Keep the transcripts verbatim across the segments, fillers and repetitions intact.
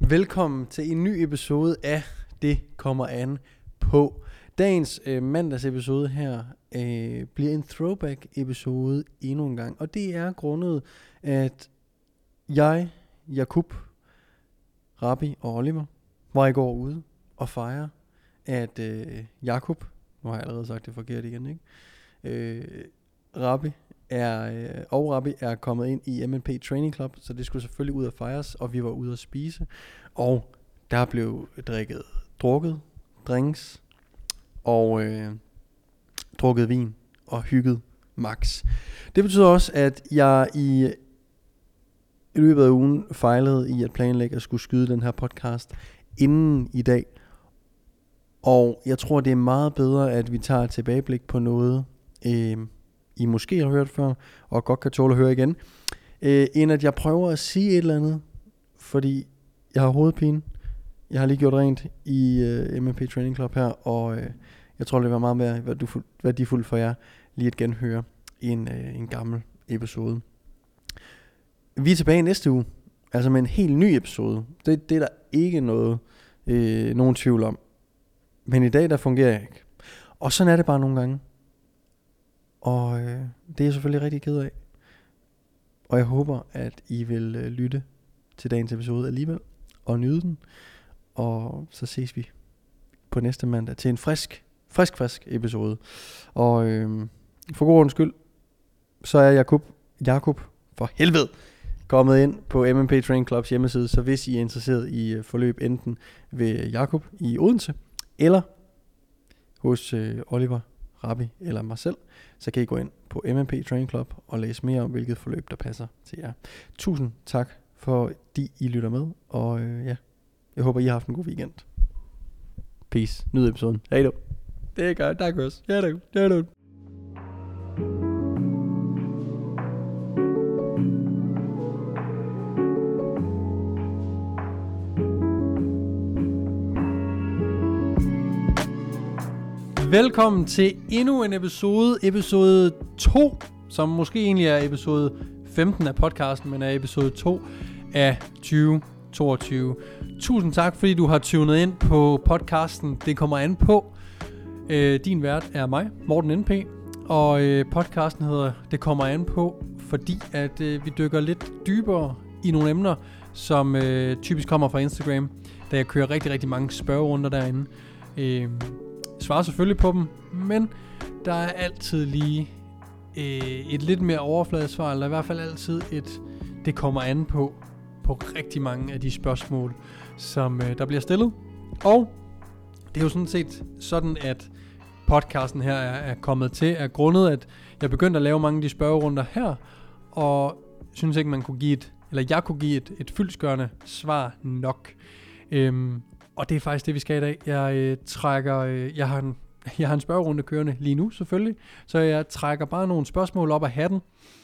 Velkommen til en ny episode af Det kommer an på. Dagens øh, mandags episode her øh, bliver en throwback episode endnu en gang. Og det er grundet, at jeg, Jakub, Rabbi og Oliver var i går ude og fejre, at øh, Jakub, nu har jeg allerede sagt det forkert igen, ikke? Øh, Rabbi er, øh, og Rabbi er kommet ind i M N P Training Club, så det skulle selvfølgelig ud at fejres, og vi var ude at spise, og der blev drikket, drukket, drinks, og øh, drukket vin, og hygget max. Det betyder også, at jeg i i løbet af ugen fejlede i at planlægge at skulle skyde den her podcast inden i dag, og jeg tror, det er meget bedre, at vi tager et tilbageblik på noget, øh, I måske har hørt før, og godt kan tåle at høre igen, øh, end at jeg prøver at sige et eller andet, fordi jeg har hovedpine. Jeg har lige gjort rent i øh, M N P Training Club her, og øh, jeg tror, det vil være meget mere værdifuldt, værdifuldt for jer lige at genhøre en, øh, en gammel episode. Vi er tilbage næste uge, altså med en helt ny episode. Det, det er der ikke noget, øh, nogen tvivl om. Men i dag, der fungerer jeg ikke. Og sådan er det bare nogle gange. Og øh, det er jeg selvfølgelig rigtig ked af. Og jeg håber, at I vil øh, lytte til dagens episode alligevel, og nyde den. Og så ses vi på næste mandag til en frisk, frisk, frisk episode. Og øh, for god ordens skyld, så er Jakub, Jakub for helvede, kommet ind på M N P Training Clubs hjemmeside. Så hvis I er interesseret i øh, forløb enten ved Jakub i Odense, eller hos øh, Oliver, Rabbi eller mig selv, så kan I gå ind på M N P Training Club og læse mere om, hvilket forløb der passer til jer. Tusind tak, fordi I lytter med, og øh, ja, jeg håber, I har haft en god weekend. Peace. Nyd episoden. Hej då. Det er godt. Tak også. Ja, det er det. Velkommen til endnu en episode, episode to, som måske egentlig er episode femten af podcasten, men er episode to af tyve toogtyve. Tusind tak, fordi du har tunet ind på podcasten Det kommer an på. Øh, din vært er mig, Morten N P, og øh, podcasten hedder Det kommer an på, fordi at øh, vi dykker lidt dybere i nogle emner, som øh, typisk kommer fra Instagram, da jeg kører rigtig, rigtig mange spørgerunder derinde. Øh, svarer selvfølgelig på dem, men der er altid lige øh, et lidt mere overfladisk svar, eller i hvert fald altid et det kommer an på, på rigtig mange af de spørgsmål, som øh, der bliver stillet. Og det er jo sådan set sådan, at podcasten her er, er kommet til, er grundet, at jeg begyndte at lave mange af de spørgerunder her, og synes ikke, man kunne give et, eller jeg kunne give et, et fyldestgørende svar nok. Øhm, Og det er faktisk det, vi skal i dag. Jeg øh, trækker, øh, jeg har en, jeg har en spørgerunde kørende lige nu selvfølgelig, så jeg trækker bare nogle spørgsmål op af hatten,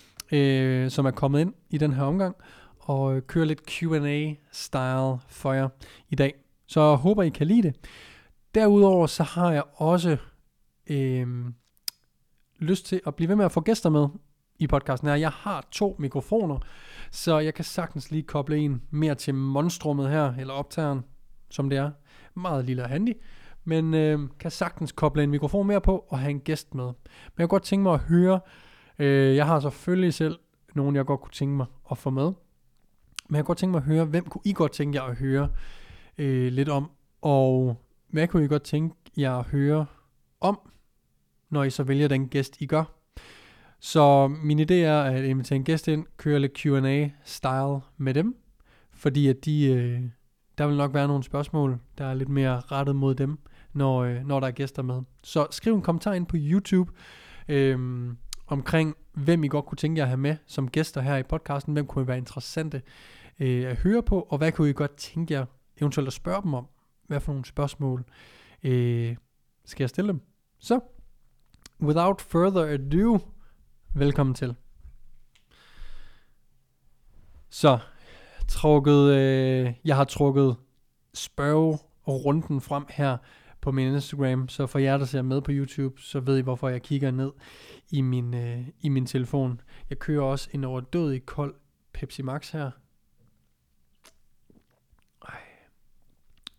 øh, som er kommet ind i den her omgang, og øh, kører lidt Q and A-style for jer i dag. Så jeg håber, I kan lide det. Derudover så har jeg også øh, lyst til at blive ved med at få gæster med i podcasten her. Jeg har to mikrofoner, så jeg kan sagtens lige koble en mere til monstrummet her, eller optageren, som det er. Meget lille og handy. Men øh, kan sagtens koble en mikrofon mere på og have en gæst med. Men jeg kunne godt tænke mig at høre. Øh, jeg har selvfølgelig selv nogen, jeg godt kunne tænke mig at få med. Men jeg kunne godt tænke mig at høre, hvem kunne I godt tænke jer at høre øh, lidt om? Og hvad kunne I godt tænke jer at høre om, når I så vælger den gæst, I gør? Så min idé er at invitere en gæst ind, køre lidt Q and A-style med dem. Fordi at de... Øh, Der vil nok være nogle spørgsmål, der er lidt mere rettet mod dem, når, øh, når der er gæster med. Så skriv en kommentar ind på YouTube øh, omkring, hvem I godt kunne tænke jer at have med som gæster her i podcasten. Hvem kunne være interessante øh, at høre på, og hvad kunne I godt tænke jer eventuelt at spørge dem om? Hvad for nogle spørgsmål øh, skal jeg stille dem? Så, without further ado, velkommen til. Så... Trukket, øh, jeg har trukket spørgerunden frem her på min Instagram, så for jer, der ser med på YouTube, så ved I, hvorfor jeg kigger ned i min, øh, i min telefon. Jeg kører også en overdødig kold Pepsi Max her. Ej.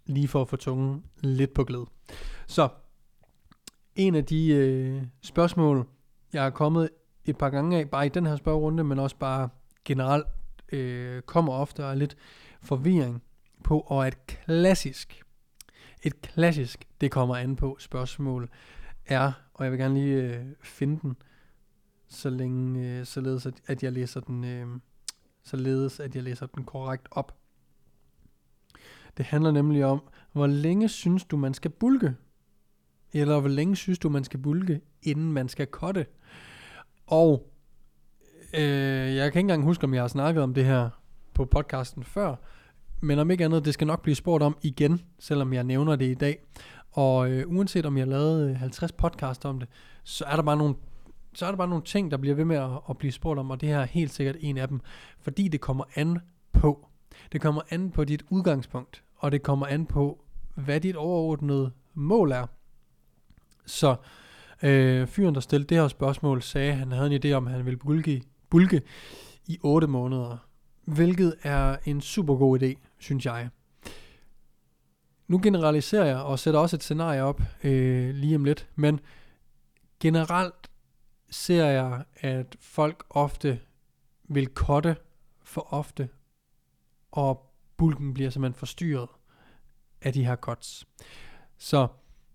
lige for at få tungen lidt på glid. Så en af de øh, spørgsmål, jeg er kommet et par gange af, bare i den her spørgerunde, men også bare generelt, øh, kommer ofte og er lidt forvirring på, og et klassisk, et klassisk, det kommer an på spørgsmål, er, og jeg vil gerne lige øh, finde den, så længe, øh, således at, at jeg læser den, øh, således at jeg læser den korrekt op. Det handler nemlig om, hvor længe synes du, man skal bulke? Eller hvor længe synes du, man skal bulke, inden man skal cutte? Og øh, jeg kan ikke engang huske, om jeg har snakket om det her på podcasten før, men om ikke andet, det skal nok blive spurgt om igen, selvom jeg nævner det i dag. Og øh, uanset om jeg lavede halvtreds podcasts om det, så er der bare nogle, så er der bare nogle ting, der bliver ved med at, at blive spurgt om, og det her er helt sikkert en af dem, fordi det kommer an på. Det kommer an på dit udgangspunkt, og det kommer an på, hvad dit overordnede mål er. Så øh, fyren, der stillede det her spørgsmål, sagde, at han havde en idé om, at han ville bulke, bulke i otte måneder. Hvilket er en super god idé, synes jeg. Nu generaliserer jeg og sætter også et scenarie op øh, lige om lidt. Men generelt ser jeg, at folk ofte vil cutte for ofte, og bulken bliver simpelthen forstyrret af de her cuts. Så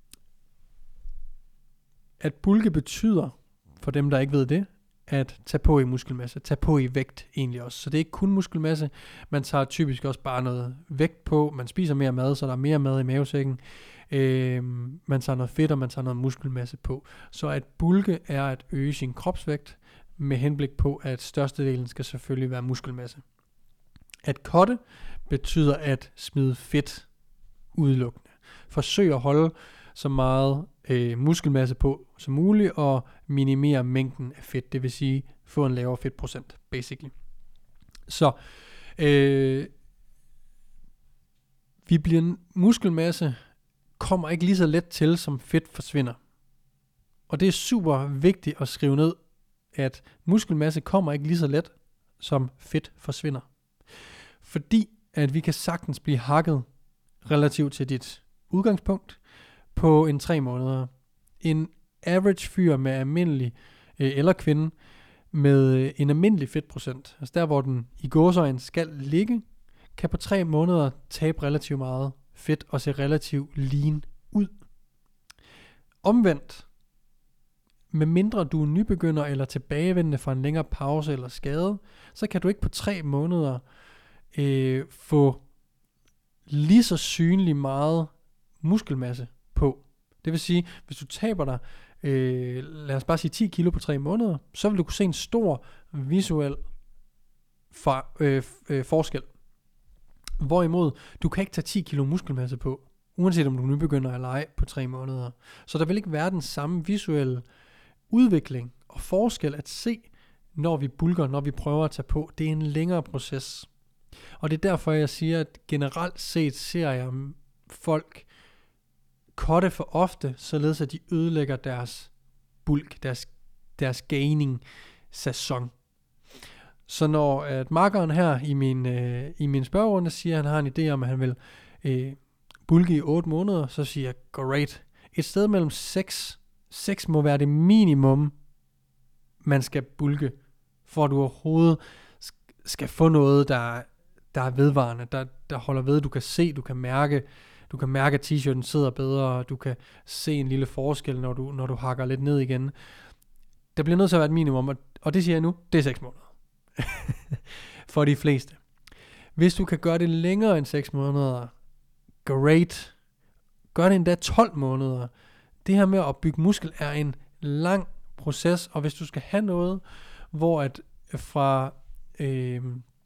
at bulke betyder, for dem der ikke ved det, at tage på i muskelmasse, tage på i vægt egentlig også. Så det er ikke kun muskelmasse, man tager typisk også bare noget vægt på, man spiser mere mad, så der er mere mad i mavesækken, øh, man tager noget fedt, og man tager noget muskelmasse på. Så at bulke er at øge sin kropsvægt, med henblik på, at størstedelen skal selvfølgelig være muskelmasse. At cutte betyder at smide fedt udelukkende. Forsøg at holde så meget øh, muskelmasse på som muligt, og minimere mængden af fedt, det vil sige få en lavere fedtprocent, basically. Så øh, vi bliver muskelmasse kommer ikke lige så let til, som fedt forsvinder. Og det er super vigtigt at skrive ned, at muskelmasse kommer ikke lige så let, som fedt forsvinder. Fordi at vi kan sagtens blive hakket relativt til dit udgangspunkt på en tre måneder. En average fyr med almindelig, øh, eller kvinde, med en almindelig fedtprocent, altså der hvor den i gåseøjne skal ligge, kan på tre måneder tabe relativt meget fedt og se relativt lean ud. Omvendt, med mindre du er nybegynder eller tilbagevendende fra en længere pause eller skade, så kan du ikke på tre måneder øh, få lige så synlig meget muskelmasse på. Det vil sige, hvis du taber dig, øh, lad os bare sige ti kilo på tre måneder, så vil du kunne se en stor visuel for, øh, øh, forskel. Hvorimod, du kan ikke tage ti kilo muskelmasse på, uanset om du nu begynder at lege på tre måneder. Så der vil ikke være den samme visuelle udvikling og forskel at se, når vi bulker, når vi prøver at tage på. Det er en længere proces. Og det er derfor, jeg siger, at generelt set ser jeg folk cutte for ofte, således at de ødelægger deres bulk, deres, deres gaining sæson. Så når at markeren her i min, øh, i min spørgerunde siger, at han har en idé om, at han vil øh, bulke i otte måneder, så siger jeg, great. Et sted mellem seks, seks må være det minimum, man skal bulke, for at du overhovedet skal få noget, der, der er vedvarende, der, der holder ved. Du kan se, du kan mærke, du kan mærke, at t-shirten sidder bedre, du kan se en lille forskel, når du, når du hakker lidt ned igen. Der bliver nødt til at være et minimum, og, og det siger jeg nu, det er seks måneder. For de fleste. Hvis du kan gøre det længere end seks måneder, great. Gør det endda tolv måneder. Det her med at bygge muskel er en lang proces, og hvis du skal have noget, hvor at fra øh,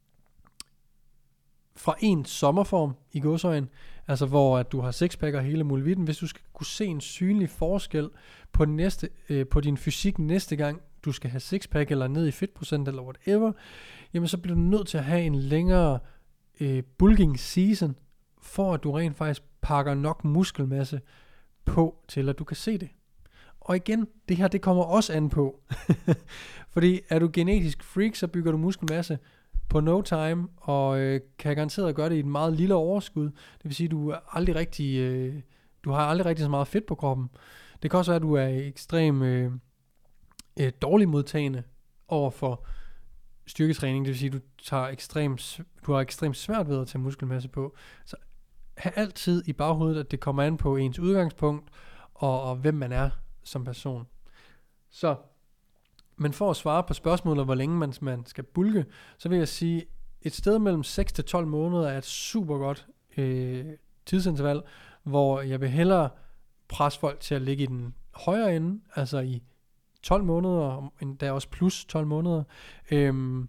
fra en sommerform i gåseøjne, altså hvor at du har sixpack og hele muligheden, hvis du skal kunne se en synlig forskel på, den næste, øh, på din fysik næste gang, du skal have sixpack eller ned i fedtprocent eller whatever, jamen så bliver du nødt til at have en længere øh, bulking season, for at du rent faktisk pakker nok muskelmasse på, til at du kan se det. Og igen, det her, det kommer også an på. Fordi er du genetisk freak, så bygger du muskelmasse på no time, og øh, kan garanteret gøre det i et meget lille overskud. Det vil sige, at du er aldrig rigtig, øh, du har aldrig rigtig så meget fedt på kroppen. Det kan også være, at du er ekstrem øh, øh, dårlig modtagende over for styrketræning. Det vil sige, at du, tager ekstrem, du har ekstremt svært ved at tage muskelmasse på. Så have altid i baghovedet, at det kommer an på ens udgangspunkt, og, og hvem man er som person. Så, men for at svare på spørgsmålet, hvor længe man, man skal bulke, så vil jeg sige, et sted mellem seks til tolv måneder er et super godt øh, tidsinterval, hvor jeg vil hellere presse folk til at ligge i den højere ende, altså i tolv måneder, endda også plus tolv måneder, øhm,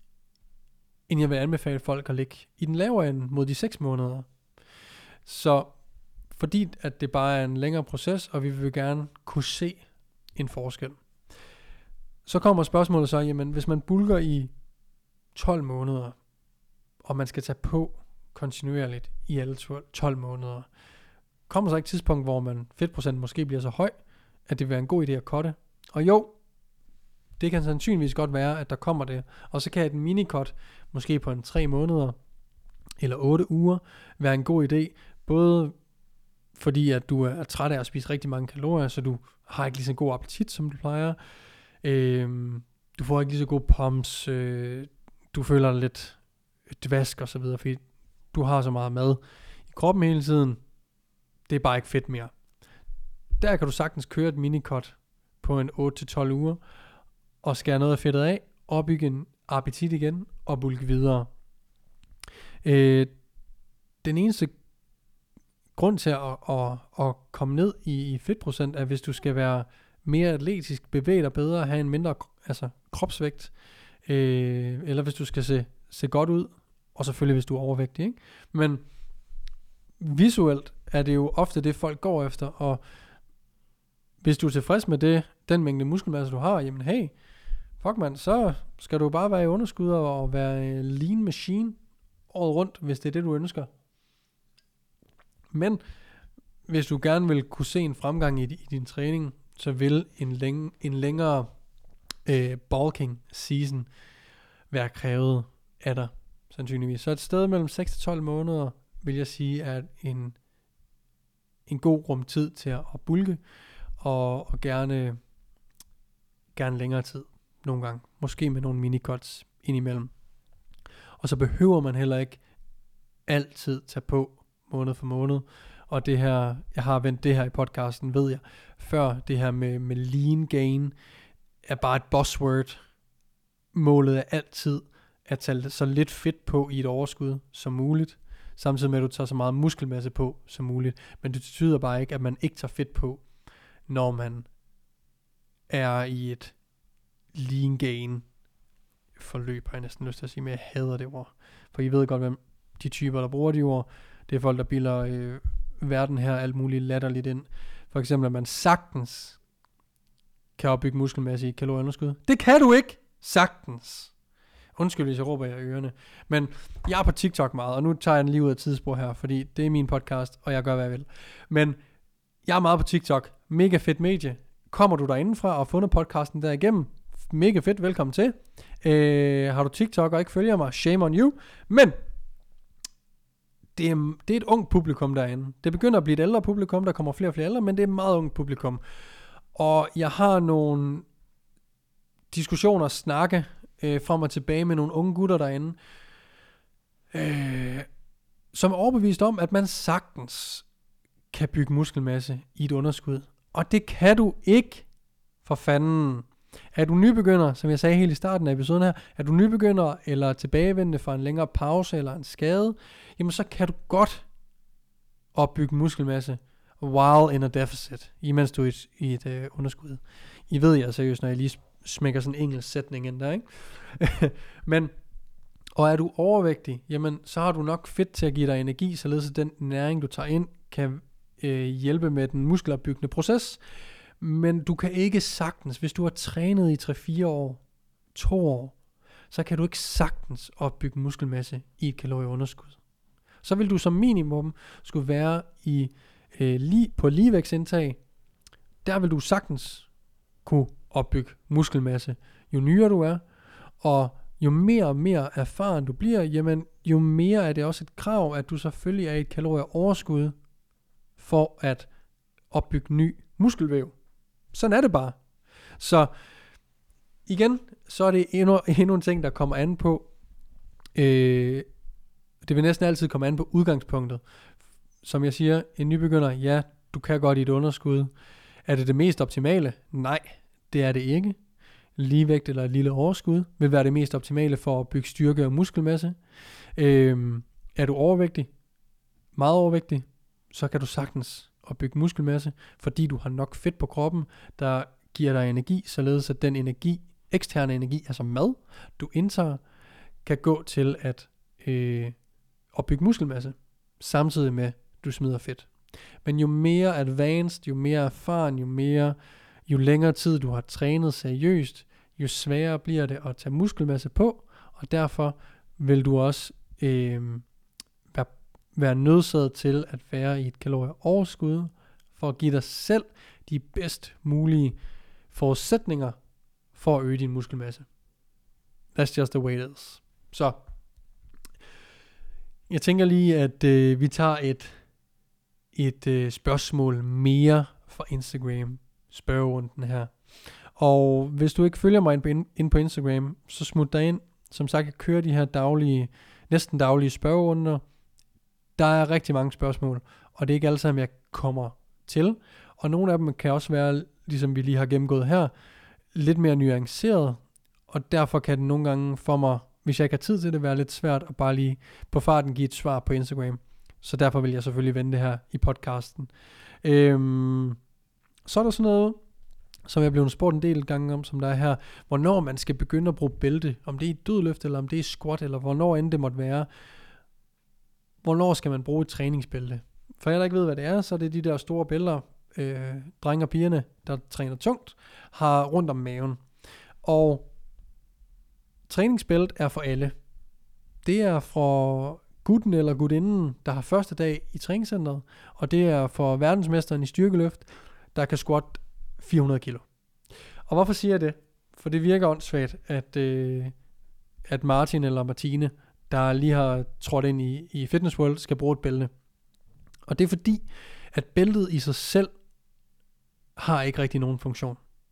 end jeg vil anbefale folk at ligge i den lavere ende mod de seks måneder. Så fordi at det bare er en længere proces, og vi vil gerne kunne se en forskel. Så kommer spørgsmålet så, jamen hvis man bulker i tolv måneder, og man skal tage på kontinuerligt i alle tolv måneder, kommer så ikke et tidspunkt, hvor man fedtprocent måske bliver så høj, at det vil være en god idé at cutte. Og jo, det kan sandsynligvis godt være, at der kommer det. Og så kan et mini-cut, måske på en tre måneder, eller otte uger, være en god idé. Både fordi, at du er træt af at spise rigtig mange kalorier, så du har ikke lige så god appetit, som du plejer. Øhm, du får ikke lige så god pumps. Øh, du føler dig lidt dvask og så videre, fordi du har så meget mad i kroppen hele tiden. Det er bare ikke fedt mere. Der kan du sagtens køre et mini-cut på en otte til tolv uger, og skære noget af fedtet af, opbygge en appetit igen, og bulke videre. Øh, den eneste grund til at, at, at komme ned i, i fedtprocent, er hvis du skal være mere atletisk, bevæge dig bedre, have en mindre altså, kropsvægt, øh, eller hvis du skal se, se godt ud, og selvfølgelig hvis du er overvægtig, ikke? Men visuelt er det jo ofte det, folk går efter, og hvis du er tilfreds med det, den mængde muskelmasse, du har, jamen hey, fuck man, så skal du bare være i underskud og være lean machine året rundt, hvis det er det, du ønsker. Men hvis du gerne vil kunne se en fremgang i, i din træning, så vil en, læng, en længere øh, bulking season være krævet af dig, sandsynligvis. Så et sted mellem seks til tolv måneder, vil jeg sige, er en, en god rum tid til at, at bulke, og, og gerne, gerne længere tid, nogle gange. Måske med nogle mini-cuts indimellem. Og så behøver man heller ikke altid tage på måned for måned. Og det her, jeg har vendt det her i podcasten, ved jeg, før det her med, med lean gain, er bare et buzzword. Målet er altid at tage så lidt fedt på i et overskud som muligt, samtidig med at du tager så meget muskelmasse på som muligt. Men det betyder bare ikke, at man ikke tager fedt på, når man er i et lean gain forløb, har jeg næsten lyst til at sige, men jeg hader det ord. For I ved godt, hvem de typer, der bruger de ord, det er folk, der bilder øh, verden her alt muligt latterligt ind. For eksempel, at man sagtens kan opbygge muskelmasse i et kalorieunderskud. Det kan du ikke! Sagtens! Undskyld, hvis jeg råber jer i ørerne. Men jeg er på TikTok meget, og nu tager jeg den lige ud af tidsspor her, fordi det er min podcast, og jeg gør, hvad jeg vil. Men jeg er meget på TikTok. Mega fedt medie. Kommer du derindefra og har fundet podcasten derigennem? Mega fedt, velkommen til. Øh, har du TikTok og ikke følger mig? Shame on you. Men det er, det er et ungt publikum derinde. Det begynder at blive et ældre publikum, der kommer flere og flere ældre, men det er et meget ungt publikum. Og jeg har nogle diskussioner, snakke øh, frem og tilbage med nogle unge gutter derinde, øh, som er overbevist om, at man sagtens kan bygge muskelmasse i et underskud. Og det kan du ikke, for fanden. Er du nybegynder, som jeg sagde helt i starten af episoden her, er du nybegynder eller tilbagevendende fra en længere pause eller en skade, jamen så kan du godt opbygge muskelmasse while in a deficit, imens du er i et, i et øh, underskud. I ved jeg seriøst, når jeg lige smækker sådan en engelsk sætning ind der, ikke? Men, og er du overvægtig, jamen så har du nok fedt til at give dig energi, således at den næring, du tager ind, kan øh, hjælpe med den muskelopbyggende proces. Men du kan ikke sagtens, hvis du har trænet i tre fire år, to år, så kan du ikke sagtens opbygge muskelmasse i et kalorieunderskud. Så vil du som minimum skulle være i øh, lige, på ligevægtsindtag. Der vil du sagtens kunne opbygge muskelmasse, jo nyere du er, og jo mere og mere erfaren du bliver, jamen jo mere er det også et krav, at du selvfølgelig er i et kalorieoverskud for at opbygge ny muskelvæv. Sådan er det bare. Så igen, så er det endnu, endnu en ting, der kommer an på, øh, det vil næsten altid komme an på udgangspunktet. Som jeg siger, en nybegynder, ja, du kan godt i et underskud. Er det det mest optimale? Nej, det er det ikke. Ligevægt eller et lille overskud vil være det mest optimale for at bygge styrke og muskelmasse. Øhm, er du overvægtig, meget overvægtig, så kan du sagtens opbygge muskelmasse, fordi du har nok fedt på kroppen, der giver dig energi, således at den energi, eksterne energi, altså mad, du indtager, kan gå til at øh, opbygge muskelmasse, samtidig med, at du smider fedt. Men jo mere advanced, jo mere erfaren, jo mere, jo længere tid du har trænet seriøst, jo sværere bliver det at tage muskelmasse på, og derfor vil du også øh, være, være nødsaget til at være i et kalorieoverskud, for at give dig selv de bedst mulige forudsætninger for at øge din muskelmasse. That's just the way it is. Så, jeg tænker lige, at øh, vi tager et, et øh, spørgsmål mere fra Instagram, spørgerunden her. Og hvis du ikke følger mig ind på, ind på Instagram, så smut dig ind. Som sagt, jeg kører de her daglige, næsten daglige spørgerunder. Der er rigtig mange spørgsmål, og det er ikke alle sammen, jeg kommer til. Og nogle af dem kan også være, ligesom vi lige har gennemgået her, lidt mere nuanceret. Og derfor kan det nogle gange for mig, hvis jeg ikke har tid til det, være lidt svært at bare lige på farten give et svar på Instagram. Så derfor vil jeg selvfølgelig vende det her i podcasten. Øhm, så er der sådan noget, som jeg er blevet spurgt en del gange om, som der er her, hvornår man skal begynde at bruge bælte, om det er i dødløft, eller om det er i squat, eller hvornår end det måtte være. Hvornår skal man bruge et træningsbælte? For jeg der ikke ved, hvad det er, så er det de der store bælter, øh, drenge og pigerne, der træner tungt, har rundt om maven. Og træningsbælte er for alle. Det er for gutten eller gutinden, der har første dag i træningscenteret, og det er for verdensmesteren i styrkeløft, der kan squat fire hundrede kilo. Og hvorfor siger jeg det? For det virker åndssvagt, at, øh, at Martin eller Martine, der lige har trådt ind i, i Fitness World, skal bruge et bælte. Og det er fordi, at bæltet i sig selv har ikke rigtig nogen funktion.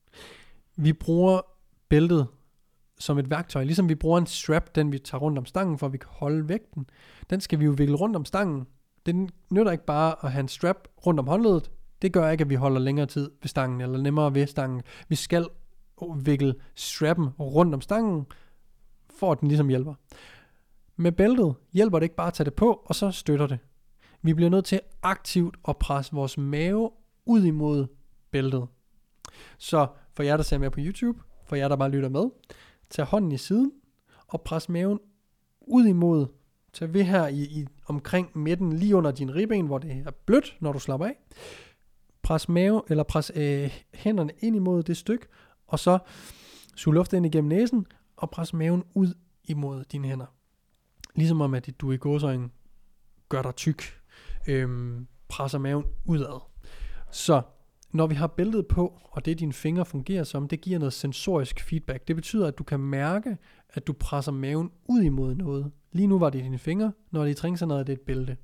Vi bruger bæltet som et værktøj, ligesom vi bruger en strap, den vi tager rundt om stangen, for at vi kan holde vægten. Den skal vi jo vikle rundt om stangen. Den nytter ikke bare at have en strap rundt om håndledet. Det gør ikke, at vi holder længere tid ved stangen, eller nemmere ved stangen. Vi skal vikle strappen rundt om stangen, for at den ligesom hjælper. Med bæltet hjælper det ikke bare at tage det på, og så støtter det. Vi bliver nødt til aktivt at presse vores mave ud imod bæltet. Så for jer, der ser med på YouTube, for jer, der bare lytter med, tag hånden i siden, og pres maven ud imod, tag ved her i, i omkring midten, lige under din ribben, hvor det er blødt, når du slapper af. Pres mave, eller pres øh, hænderne ind imod det stykke, og så sug luft ind igennem næsen, og pres maven ud imod dine hænder. Ligesom om, at du i gåseøjne gør dig tyk, øhm, presser maven udad. Så når vi har bæltet på, og det dine fingre fungerer som, det giver noget sensorisk feedback. Det betyder, at du kan mærke, at du presser maven ud imod noget. Lige nu var det dine fingre, når det er i træningscenteret, er det et bælte.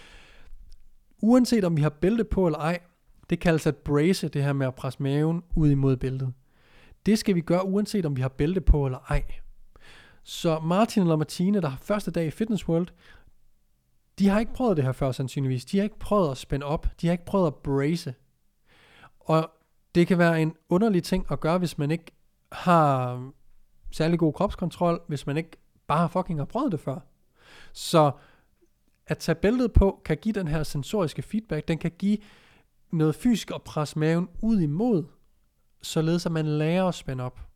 Uanset om vi har bælte på eller ej, det kaldes at brace, det her med at presse maven ud imod bæltet. Det skal vi gøre, uanset om vi har bælte på eller ej. Så Martin eller Martine, der har første dag i Fitness World, de har ikke prøvet det her før sandsynligvis. De har ikke prøvet at spænde op. De har ikke prøvet at brace. Og det kan være en underlig ting at gøre, hvis man ikke har særlig god kropskontrol, hvis man ikke bare fucking har prøvet det før. Så at tage bæltet på, kan give den her sensoriske feedback. Den kan give noget fysisk at presse maven ud imod, således at man lærer at spænde op.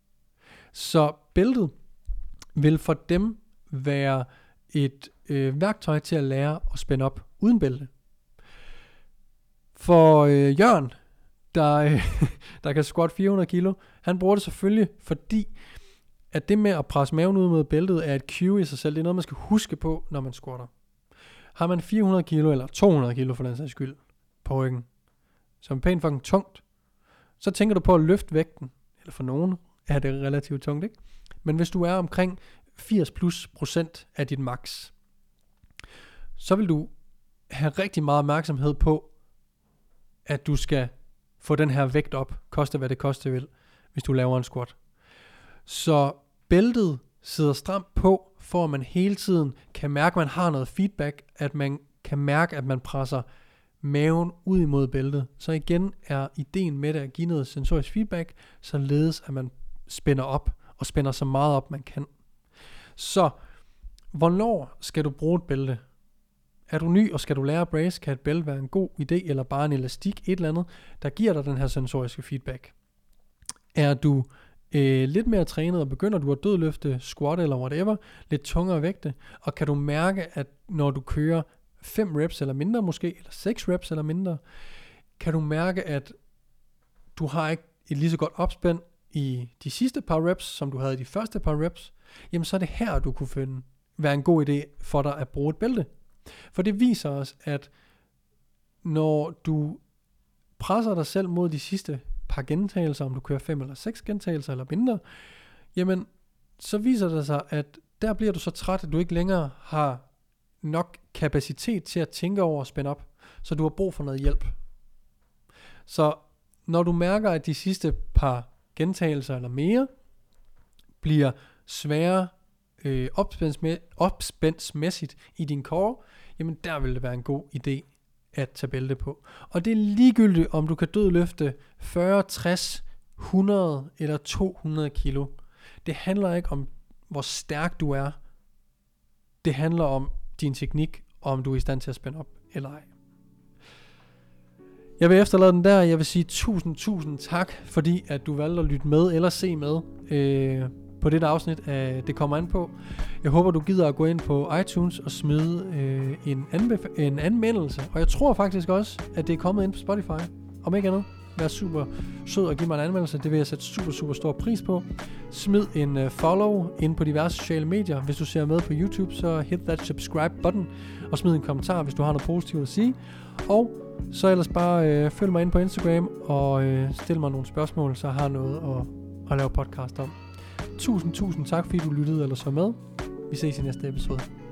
Så bæltet vil for dem være et øh, værktøj til at lære at spænde op uden bælte. For øh, Jørgen, der, øh, der kan squat fire hundrede kilo, han bruger det selvfølgelig, fordi at det med at presse maven ud mod bæltet er et cue i sig selv. Det er noget, man skal huske på, når man squatter. Har man fire hundrede kilo eller to hundrede kilo for den sags skyld på ryggen, som er pænt fucking tungt, så tænker du på at løfte vægten, eller for nogen er det relativt tungt, ikke? Men hvis du er omkring firs plus procent af dit max, så vil du have rigtig meget opmærksomhed på, at du skal få den her vægt op, koste hvad det koste vil, hvis du laver en squat. Så bæltet sidder stramt på, for at man hele tiden kan mærke, at man har noget feedback, at man kan mærke, at man presser maven ud imod bæltet. Så igen er ideen med det at give noget sensorisk feedback, således at man spænder op, og spænder så meget op, man kan. Så, hvornår skal du bruge et bælte? Er du ny, og skal du lære at brace, kan et bælte være en god idé, eller bare en elastik, et eller andet, der giver dig den her sensoriske feedback. Er du øh, lidt mere trænet, og begynder du at dødløfte, squat eller whatever, lidt tungere vægte, og kan du mærke, at når du kører fem reps eller mindre måske, eller seks reps eller mindre, kan du mærke, at du har ikke et lige så godt opspænd i de sidste par reps, som du havde i de første par reps, jamen så er det her, du kunne finde, være en god idé for dig at bruge et bælte. For det viser os, at når du presser dig selv mod de sidste par gentagelser, om du kører fem eller seks gentagelser eller mindre, jamen så viser det sig, at der bliver du så træt, at du ikke længere har nok kapacitet til at tænke over at spænde op, så du har brug for noget hjælp. Så når du mærker, at de sidste par gentagelser eller mere bliver svære øh, opspændsmæssigt i din core, jamen der vil det være en god idé at tage bælte på. Og det er ligegyldigt, om du kan dødløfte fyrre, tres, hundrede eller to hundrede kilo. Det handler ikke om, hvor stærk du er. Det handler om din teknik, og om du er i stand til at spænde op eller ej. Jeg vil efterlade den der. Jeg vil sige tusind, tusind tak, fordi at du valgte at lytte med eller se med øh, på dette afsnit af Det Kommer An På. Jeg håber, du gider at gå ind på iTunes og smide øh, en, anbef- en anmeldelse. Og jeg tror faktisk også, at det er kommet ind på Spotify. Om ikke andet, vær super sød og give mig en anmeldelse. Det vil jeg sætte super, super stor pris på. Smid en uh, follow ind på diverse sociale medier. Hvis du ser med på YouTube, så hit that subscribe button. Og smid en kommentar, hvis du har noget positivt at sige. Og så ellers bare øh, følg mig ind på Instagram og øh, stil mig nogle spørgsmål, så jeg har noget at, at lave podcast om. Tusind, tusind tak, fordi du lyttede eller så med. Vi ses i næste episode.